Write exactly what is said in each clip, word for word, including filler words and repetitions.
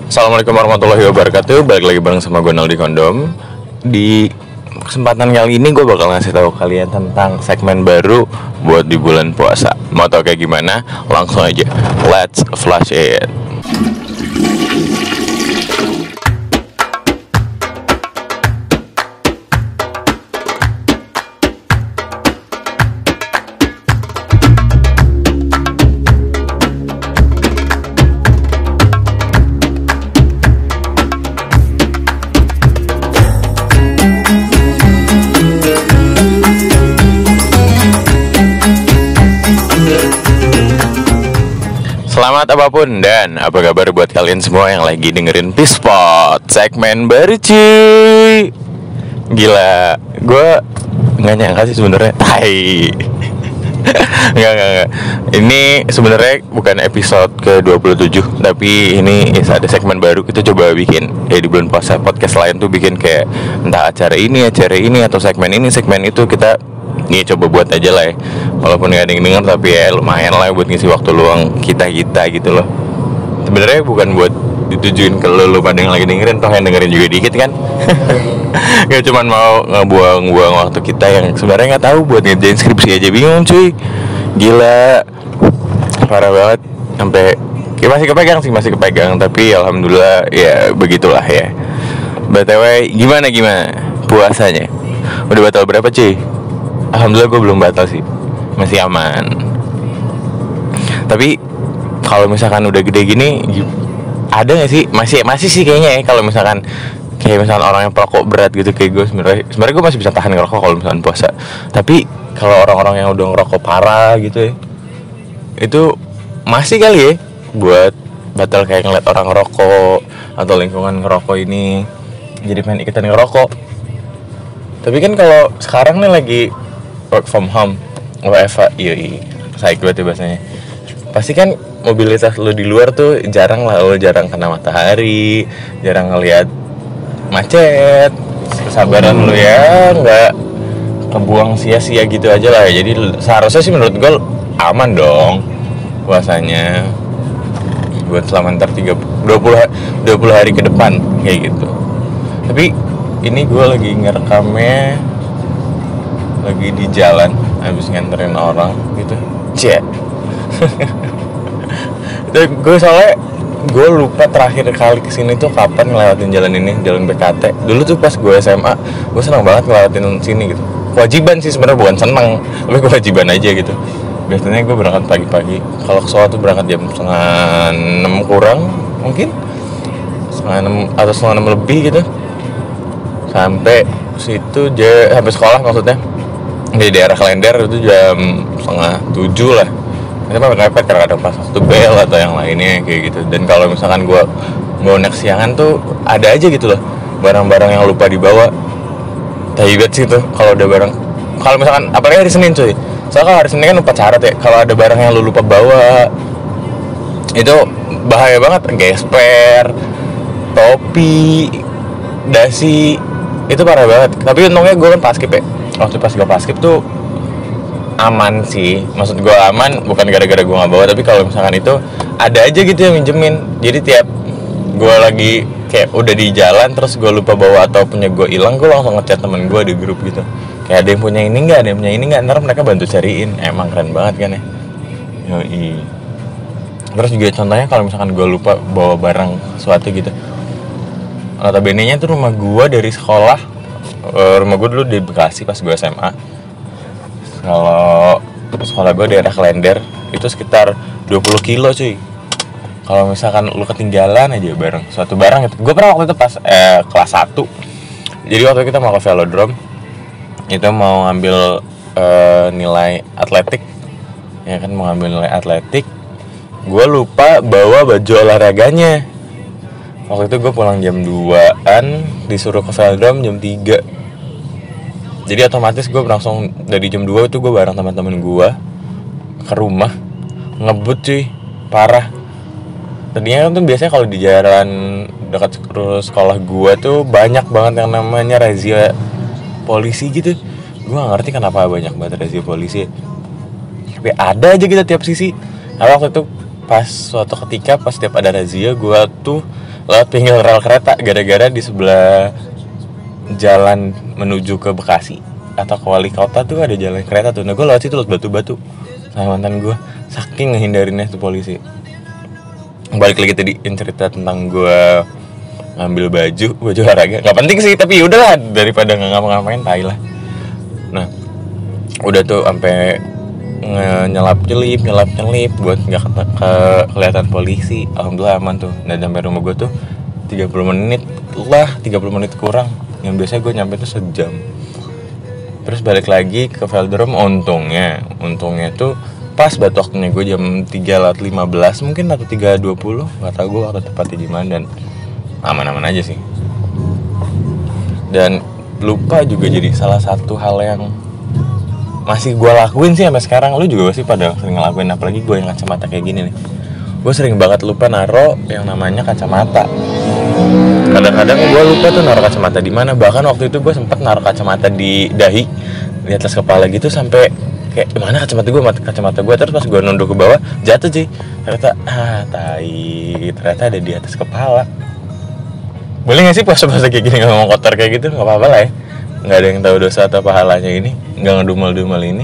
Assalamualaikum warahmatullahi wabarakatuh. Balik lagi bareng sama gue Naldi Kondom. Di kesempatan kali ini gue bakal ngasih tahu kalian tentang segmen baru buat di bulan puasa. Mau tau kayak gimana? Langsung aja, let's flash it. Selamat apapun dan apa kabar buat kalian semua yang lagi dengerin P-Spot segmen baru cuy. Gila, gue nggak nyangka sih sebenarnya. Hai. Nggak nggak nggak. Ini sebenarnya bukan episode ke dua puluh tujuh, tapi ini ada segmen baru. Kita coba bikin ya di bulan puasa. Podcast lain tuh bikin kayak entah acara ini, acara ini atau segmen ini, segmen itu. Kita nih coba buat aja lah ya. Walaupun gak ada yang denger, tapi ya lumayan lah buat ngisi waktu luang kita-kita gitu loh. Sebenarnya bukan buat ditujuin ke lo, lo pada yang lagi dengerin, toh yang dengerin juga dikit kan. Gak cuman mau ngebuang-buang waktu kita yang sebenarnya gak tahu buat ngerjain skripsi aja bingung cuy. Gila, parah banget. Sampai ya masih kepegang sih, masih kepegang. Tapi alhamdulillah ya begitulah ya. B T W gimana gimana puasanya? Udah batal berapa cuy? Alhamdulillah gue belum batal sih, masih aman. Tapi kalau misalkan udah gede gini, ada nggak sih? Masih masih sih kayaknya ya. Kalau misalkan kayak misalkan orang yang perokok berat gitu kayak gue, sebenarnya sebenarnya gue masih bisa tahan ngerokok kalau misalkan puasa. Tapi kalau orang-orang yang udah ngerokok parah gitu ya, itu masih kali ya buat batal kayak ngeliat orang ngerokok atau lingkungan ngerokok ini jadi pengen ikutan ngerokok. Tapi kan kalau sekarang nih lagi work from home, W F H, iya iya, saik banget ya bahasanya. Pasti kan mobilitas lo di luar tuh jarang lah, lo jarang kena matahari, jarang ngelihat macet, kesabaran lo ya nggak kebuang sia-sia gitu aja lah. Jadi seharusnya sih menurut gue aman dong puasanya buat selama ntar tiga puluh dua puluh hari ke depan kayak gitu. Tapi ini gue lagi ngerekamnya lagi di jalan habis nganterin orang gitu. Cek. Itu gue soalnya gue lupa terakhir kali kesini tuh kapan ngelewatin jalan ini, jalan B K T. Dulu tuh pas gue S M A, gue senang banget ngelewatin sini gitu. Kewajiban sih sebenarnya, bukan senang, tapi kewajiban aja gitu. Biasanya gue berangkat pagi-pagi. Kalau ke Solo tuh berangkat jam setengah enam kurang mungkin, setengah enam atau setengah enam lebih gitu. Sampai situ je, sampai sekolah maksudnya di daerah Klender itu jam setengah tujuh lah. Itu mah mepet karena ada pas satu bel atau yang lainnya kayak gitu. Dan kalau misalkan gue mau naik siangan tuh ada aja gitu loh barang-barang yang lupa dibawa. Taibet sih tuh kalau ada barang. Kalau misalkan apalagi hari Senin cuy. Soalnya kalau hari Senin kan upacara ya. Kalau ada barang yang lu lupa bawa itu bahaya banget. Gesper, topi, dasi, itu parah banget. Tapi untungnya gue kan paskib ya. Waktu pas gue paskib tuh aman sih. Maksud gue aman bukan gara-gara gue gak bawa, tapi kalau misalkan itu ada aja gitu yang minjemin. Jadi tiap gue lagi kayak udah di jalan terus gue lupa bawa atau punya gue hilang, gue langsung ngechat temen gue di grup gitu. Kayak ada yang punya ini gak, ada yang punya ini gak, ntar mereka bantu cariin. Emang keren banget kan ya. Yoi. Terus juga contohnya kalau misalkan gue lupa bawa barang suatu gitu, notabene-nya tuh rumah gue dari sekolah, Uh, rumah gue dulu di Bekasi pas gue S M A. Kalau sekolah gue daerah Klender itu sekitar dua puluh kilo cuy. Kalau misalkan lu ketinggalan aja barang suatu barang itu, gue pernah waktu itu pas eh, kelas satu. Jadi waktu kita mau ke velodrome, itu mau ngambil eh, nilai atletik, ya kan, mau ngambil nilai atletik. Gue lupa bawa baju olahraganya. Waktu itu gue pulang jam dua-an, disuruh ke velodrome jam tiga. Jadi otomatis gue langsung dari jam dua itu gue bareng teman-teman gue ke rumah, ngebut cuy, parah. Tadinya kan tuh biasanya kalau di jalan dekat sekolah gue tuh banyak banget yang namanya razia polisi gitu. Gue gak ngerti kenapa banyak banget razia polisi, tapi ada aja gitu tiap sisi. Nah waktu itu pas suatu ketika pas tiap ada razia, gue tuh lewat pinggir rel kereta gara-gara di sebelah jalan menuju ke Bekasi atau ke Wali Kota tuh ada jalan kereta tuh. Nah gue lewat situ lewat batu-batu sama mantan gue, saking ngehindarinnya tuh polisi. Balik lagi tadi cerita tentang gue ngambil baju baju olahraga, nggak penting sih tapi udahlah daripada nggak ngapa-ngapain, tai lah. Nah udah tuh sampai nyelap nyelip nyelap nyelip buat nggak ke, ke kelihatan polisi. Alhamdulillah aman tuh. Dan sampai rumah gue tuh tiga puluh menit lah, tiga puluh menit kurang, yang biasanya gue nyampe tuh sejam. Terus balik lagi ke velodrome, untungnya untungnya tuh pas banget waktunya, gue jam tiga lewat lima belas mungkin atau tiga dua puluh, nggak tahu gue waktu tepatnya gimana, dan aman-aman aja sih. Dan lupa juga jadi salah satu hal yang masih gue lakuin sih sampai sekarang. Lu juga pasti pada sering ngelakuin, apalagi gue yang kacamata kayak gini nih. Gue sering banget lupa naro yang namanya kacamata. Kadang-kadang gue lupa tuh naro kacamata di mana. Bahkan waktu itu gue sempet naro kacamata di dahi, di atas kepala gitu, sampai kayak mana kacamata gue, kacamata gue. Terus pas gue nunduk ke bawah jatuh sih. Ternyata ah tai, ternyata ada di atas kepala. Boleh nggak sih puasa-puasa kayak gini ngomong kotor kayak gitu? Nggak apa-apa lah ya. Nggak ada yang tahu dosa atau pahalanya ini, nggak ngedumel-dumel ini.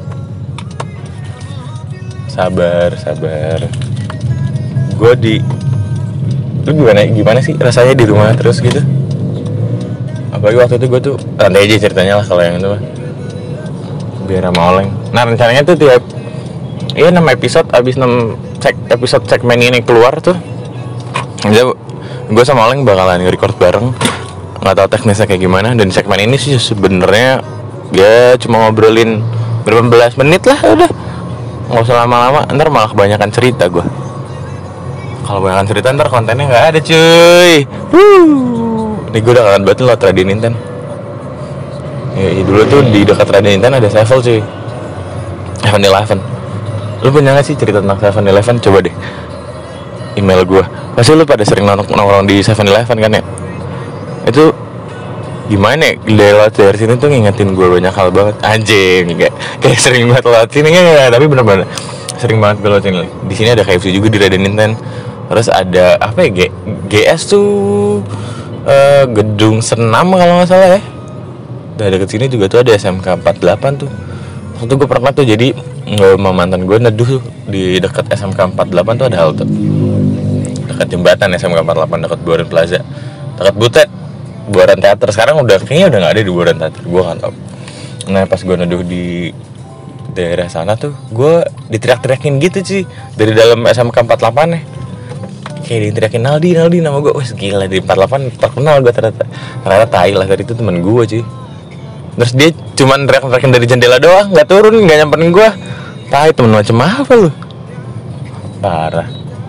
Sabar, sabar. Gue di, lu gimana gimana sih rasanya di rumah terus gitu? Apalagi waktu itu gue tuh santai aja ceritanya lah kalau yang itu mah. Biar sama Oleng. Nah rencananya tuh tiap iya enam episode, abis enam cek episode segmen ini keluar tuh, jadi gue sama Oleng bakalan nge-record bareng. Nggak tahu teknisnya kayak gimana. Dan segmen ini sih sebenarnya ya cuma ngobrolin berapa belas menit lah, udah nggak usah lama-lama, ntar malah kebanyakan cerita gue. Kalau kebanyakan cerita ntar kontennya nggak ada cuy. Wuh. Nih gue udah kangen banget loh Tradin Inten. Ya, ya dulu tuh di dekat Tradin Inten ada Sevel cuy, seven eleven. Lu punya nggak sih cerita tentang seven eleven? Coba deh email gue. Pasti lu pada sering nongkrong di seven eleven kan ya? Itu gimana ya, lewat dari sini tuh ngingetin gue banyak hal banget. Anjing, kayak, kayak sering banget lewat sini ya, tapi bener-bener sering banget gue lewat sini. Di sini ada K F C juga di Raden Inten. Terus ada apa ya, G, GS tuh uh, gedung senam kalau nggak salah ya. Dari deket sini juga tuh ada S M K empat puluh delapan tuh. Waktu gue pernah tuh jadi sama mantan gue neduh tuh di dekat S M K empat puluh delapan tuh ada halte, dekat jembatan S M K empat puluh delapan, dekat Buaran Plaza, dekat Butet Buaran Teater. Sekarang udah kayaknya udah nggak ada di Buaran Teater, gue nggak tahu. Nah pas gue neduh di daerah sana tuh, gue diteriak-teriakin gitu sih dari dalam S M K empat puluh delapan nih. Kayak diteriakin Naldi, Naldi nama gue. Wah gila, di empat puluh delapan terkenal gue ternyata. Ternyata tai lah, dari itu temen gue cuy. Terus dia cuman teriak-teriakin dari jendela doang, nggak turun, nggak nyamperin gue. Tai, temen macam apa lu? Parah.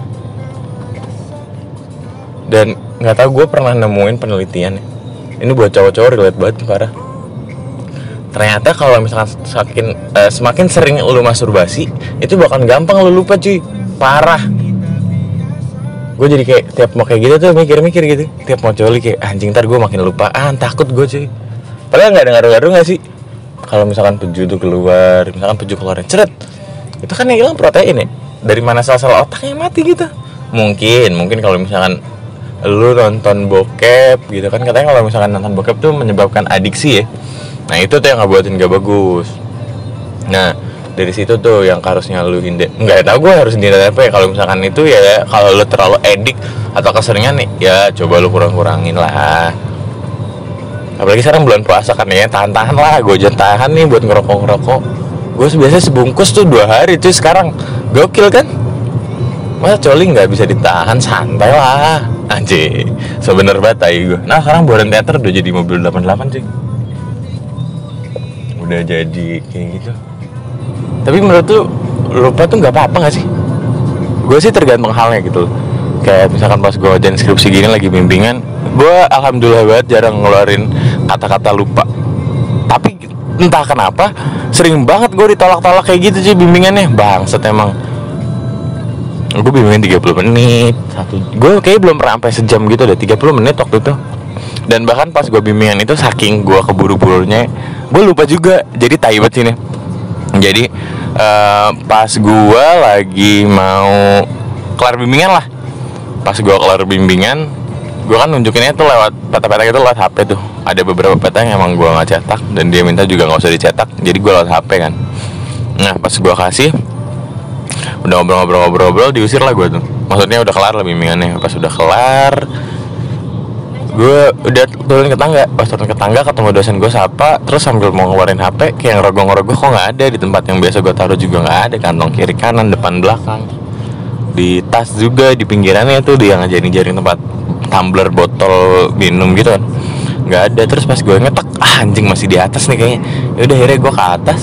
Dan nggak tahu, gue pernah nemuin penelitian. Ini buat cowok-cowok relate banget, parah. Ternyata kalau misalkan semakin uh, semakin sering lu masturbasi, itu bakal gampang lu lupa cuy. Parah. Gue jadi kayak tiap mau kayak gitu tuh mikir-mikir gitu. Tiap mau coli kayak anjing, ntar gue makin lupaan, takut gue cuy. Padahal nggak ada ngaruh-ngaruh nggak sih? Kalau misalkan peju tuh keluar, misalkan peju keluarin ceret, itu kan yang hilang protein ya. Dari mana sel-sel otaknya mati gitu? Mungkin, mungkin kalau misalkan lu nonton bokep gitu kan, katanya kalau misalkan nonton bokep tuh menyebabkan adiksi ya. Nah itu tuh yang ngebuatin gak bagus. Nah dari situ tuh yang harusnya lu hindar. Nggak tahu gue harus hindar apa ya. Kalau misalkan itu ya, kalau lu terlalu edik atau keseringan nih, ya coba lu kurang-kurangin lah. Apalagi sekarang bulan puasa kan ya, tahan-tahan lah. Gue jangan tahan nih buat ngerokok-ngerokok. Gue biasanya sebungkus tuh dua hari cuy. Sekarang gokil kan. Masa coli nggak bisa ditahan, santai lah. Anjir, sebener banget tai gue. Nah sekarang Buaran Teater udah jadi mobil delapan puluh delapan cuy. Udah jadi kayak gitu. Tapi menurut lu, lupa tuh nggak apa-apa nggak sih? Gue sih tergantung halnya gitu. Kayak misalkan pas gue ujian skripsi gini lagi bimbingan, gue alhamdulillah banget jarang ngeluarin kata-kata lupa. Tapi entah kenapa sering banget gue ditolak-tolak kayak gitu sih bimbingannya. Bangsat emang. Gue bimbingan tiga puluh menit satu. Gue kayaknya belum pernah sampai sejam gitu, udah tiga puluh menit waktu itu. Dan bahkan pas gue bimbingan itu saking gue keburu-burunya, gue lupa juga. Jadi tai banget sini. Jadi uh, pas gue lagi mau kelar bimbingan lah, pas gue kelar bimbingan, gue kan nunjukinnya tuh lewat peta-peta gitu, lewat H P tuh. Ada beberapa peta yang emang gue nggak cetak dan dia minta juga nggak usah dicetak, jadi gue lewat H P kan. Nah pas gue kasih, udah ngobrol-ngobrol-ngobrol, diusir lah gue tuh. Maksudnya udah kelar lah bimbingannya. Pas udah kelar, gue udah turun ke tangga. Pas turun ke tangga ketemu dosen gue sapa, terus sambil mau ngeluarin H P, kayak ngerogoh-ngerogoh, kok nggak ada di tempat yang biasa gue taruh juga nggak ada, kantong kiri kanan depan belakang, di tas juga, di pinggirannya tuh dia ngajarin-jaring tempat tumbler botol minum gitu kan, nggak ada. Terus pas gue ngetek, ah anjing masih di atas nih kayaknya. Ya udah akhirnya gue ke atas,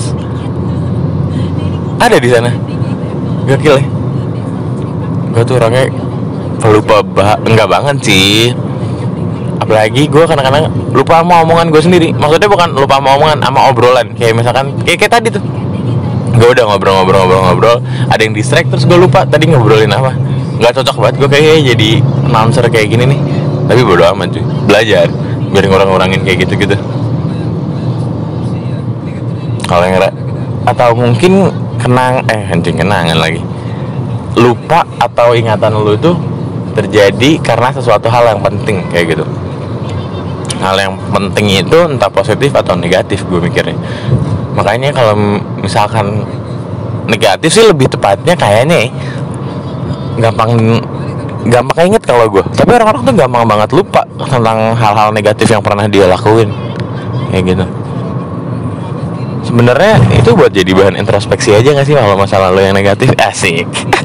ada di sana. Gokil ya. Gue tuh orangnya pelupa bah enggak banget sih. Apalagi gue kadang-kadang lupa sama omongan gue sendiri. Maksudnya bukan lupa sama omongan, sama obrolan. Kayak misalkan kayak, kayak tadi tuh, gue udah ngobrol-ngobrol-ngobrol-ngobrol, ada yang distract, terus gue lupa tadi ngobrolin apa. Gak cocok banget gue kayaknya jadi announcer kayak gini nih. Tapi bodo amat cuy, belajar biar ngurang-ngurangin kayak gitu-gitu. Kalau yang re- atau mungkin kenang eh anjing kenangan lagi, lupa atau ingatan lu tuh terjadi karena sesuatu hal yang penting kayak gitu. Hal yang penting itu entah positif atau negatif, gue mikirnya. Makanya kalau misalkan negatif sih lebih tepatnya kayaknya gampang gampang inget kalau gue. Tapi orang-orang tuh gampang banget lupa tentang hal-hal negatif yang pernah dia lakuin kayak gitu. Sebenarnya itu buat jadi bahan introspeksi aja nggak sih kalau masalah lo yang negatif? Asik.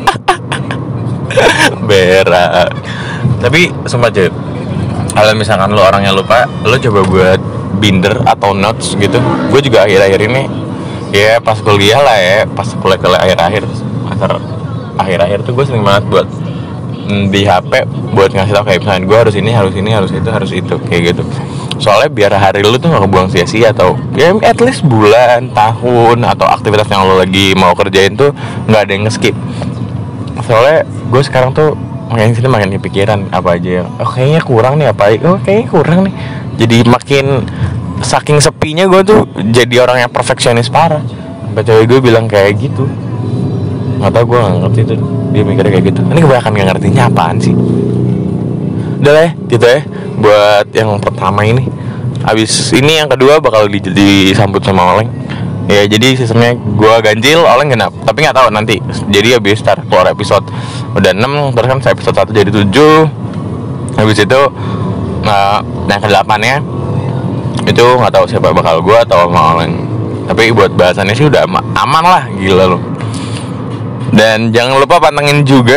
Berak. Tapi sumpah cuy, kalau misalkan lo orangnya lupa, lo coba buat binder atau notes gitu. Gue juga akhir-akhir ini, ya pas kuliah lah ya, pas kuliah-kuliah akhir-akhir, akhir-akhir tuh gue sering banget buat di H P buat ngasih tau kayak misalnya gue harus ini, harus ini, harus itu, harus itu kayak gitu. Soalnya biar hari lu tuh gak kebuang sia-sia, atau ya at least bulan, tahun, atau aktivitas yang lo lagi mau kerjain tuh gak ada yang nge-skip. Soalnya gue sekarang tuh makin sini makin kepikiran apa aja yang oh kayaknya kurang nih, apa oh kayaknya kurang nih. Jadi makin saking sepinya gue tuh jadi orang yang perfeksionis parah. Sampai cewek gue bilang kayak gitu. Gak tau, gue gak ngerti tuh dia mikirnya kayak gitu. Ini kebanyakan gak ngertinya apaan sih. Udah lah ya, gitu ya buat yang pertama ini. Abis ini yang kedua bakal di, disambut sama Oleng. Ya jadi sistemnya gue ganjil, Oleng genap. Tapi gak tahu nanti. Jadi abis start keluar episode udah enam, terus kan saya episode satu jadi tujuh. Habis itu nah, yang ke delapannya itu gak tahu siapa bakal gue atau sama Oleng. Tapi buat bahasannya sih udah ama- aman lah, gila loh. Dan jangan lupa pantengin juga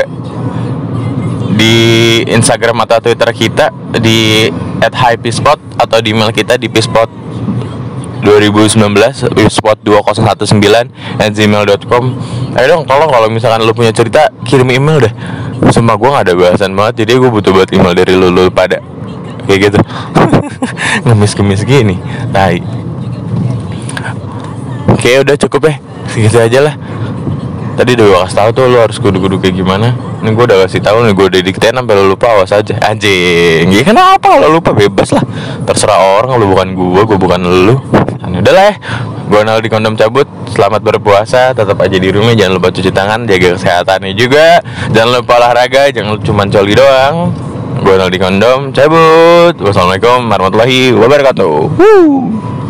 di Instagram atau Twitter kita di at hypespot atau di email kita di pispot dua ribu sembilan belas pispot dua nol satu sembilan at gmail dot com. Ayo dong, tolong kalau misalkan lu punya cerita kirim email deh. Sumpah gue gak ada bahasan banget, jadi gue butuh buat email dari lu, lu pada kayak gitu. Ngemis-ngemis gini tai. Oke udah cukup ya, segitu aja lah. Tadi udah gue kasih tau tuh lo harus kudu-kudu kayak gimana. Ini gue udah kasih tahu nih, gue udah diktain sampai lo lupa, awas aja. Anjing, ya kenapa kalau lupa bebas lah. Terserah orang, lo bukan gue, gue bukan lo. Nah, udah lah ya. Gue Naldi Kondom cabut. Selamat berpuasa, tetap aja di rumah. Jangan lupa cuci tangan, jaga kesehatannya juga. Jangan lupa olahraga, jangan cuma coli doang. Gue Naldi Kondom cabut. Wassalamualaikum warahmatullahi wabarakatuh. Woo.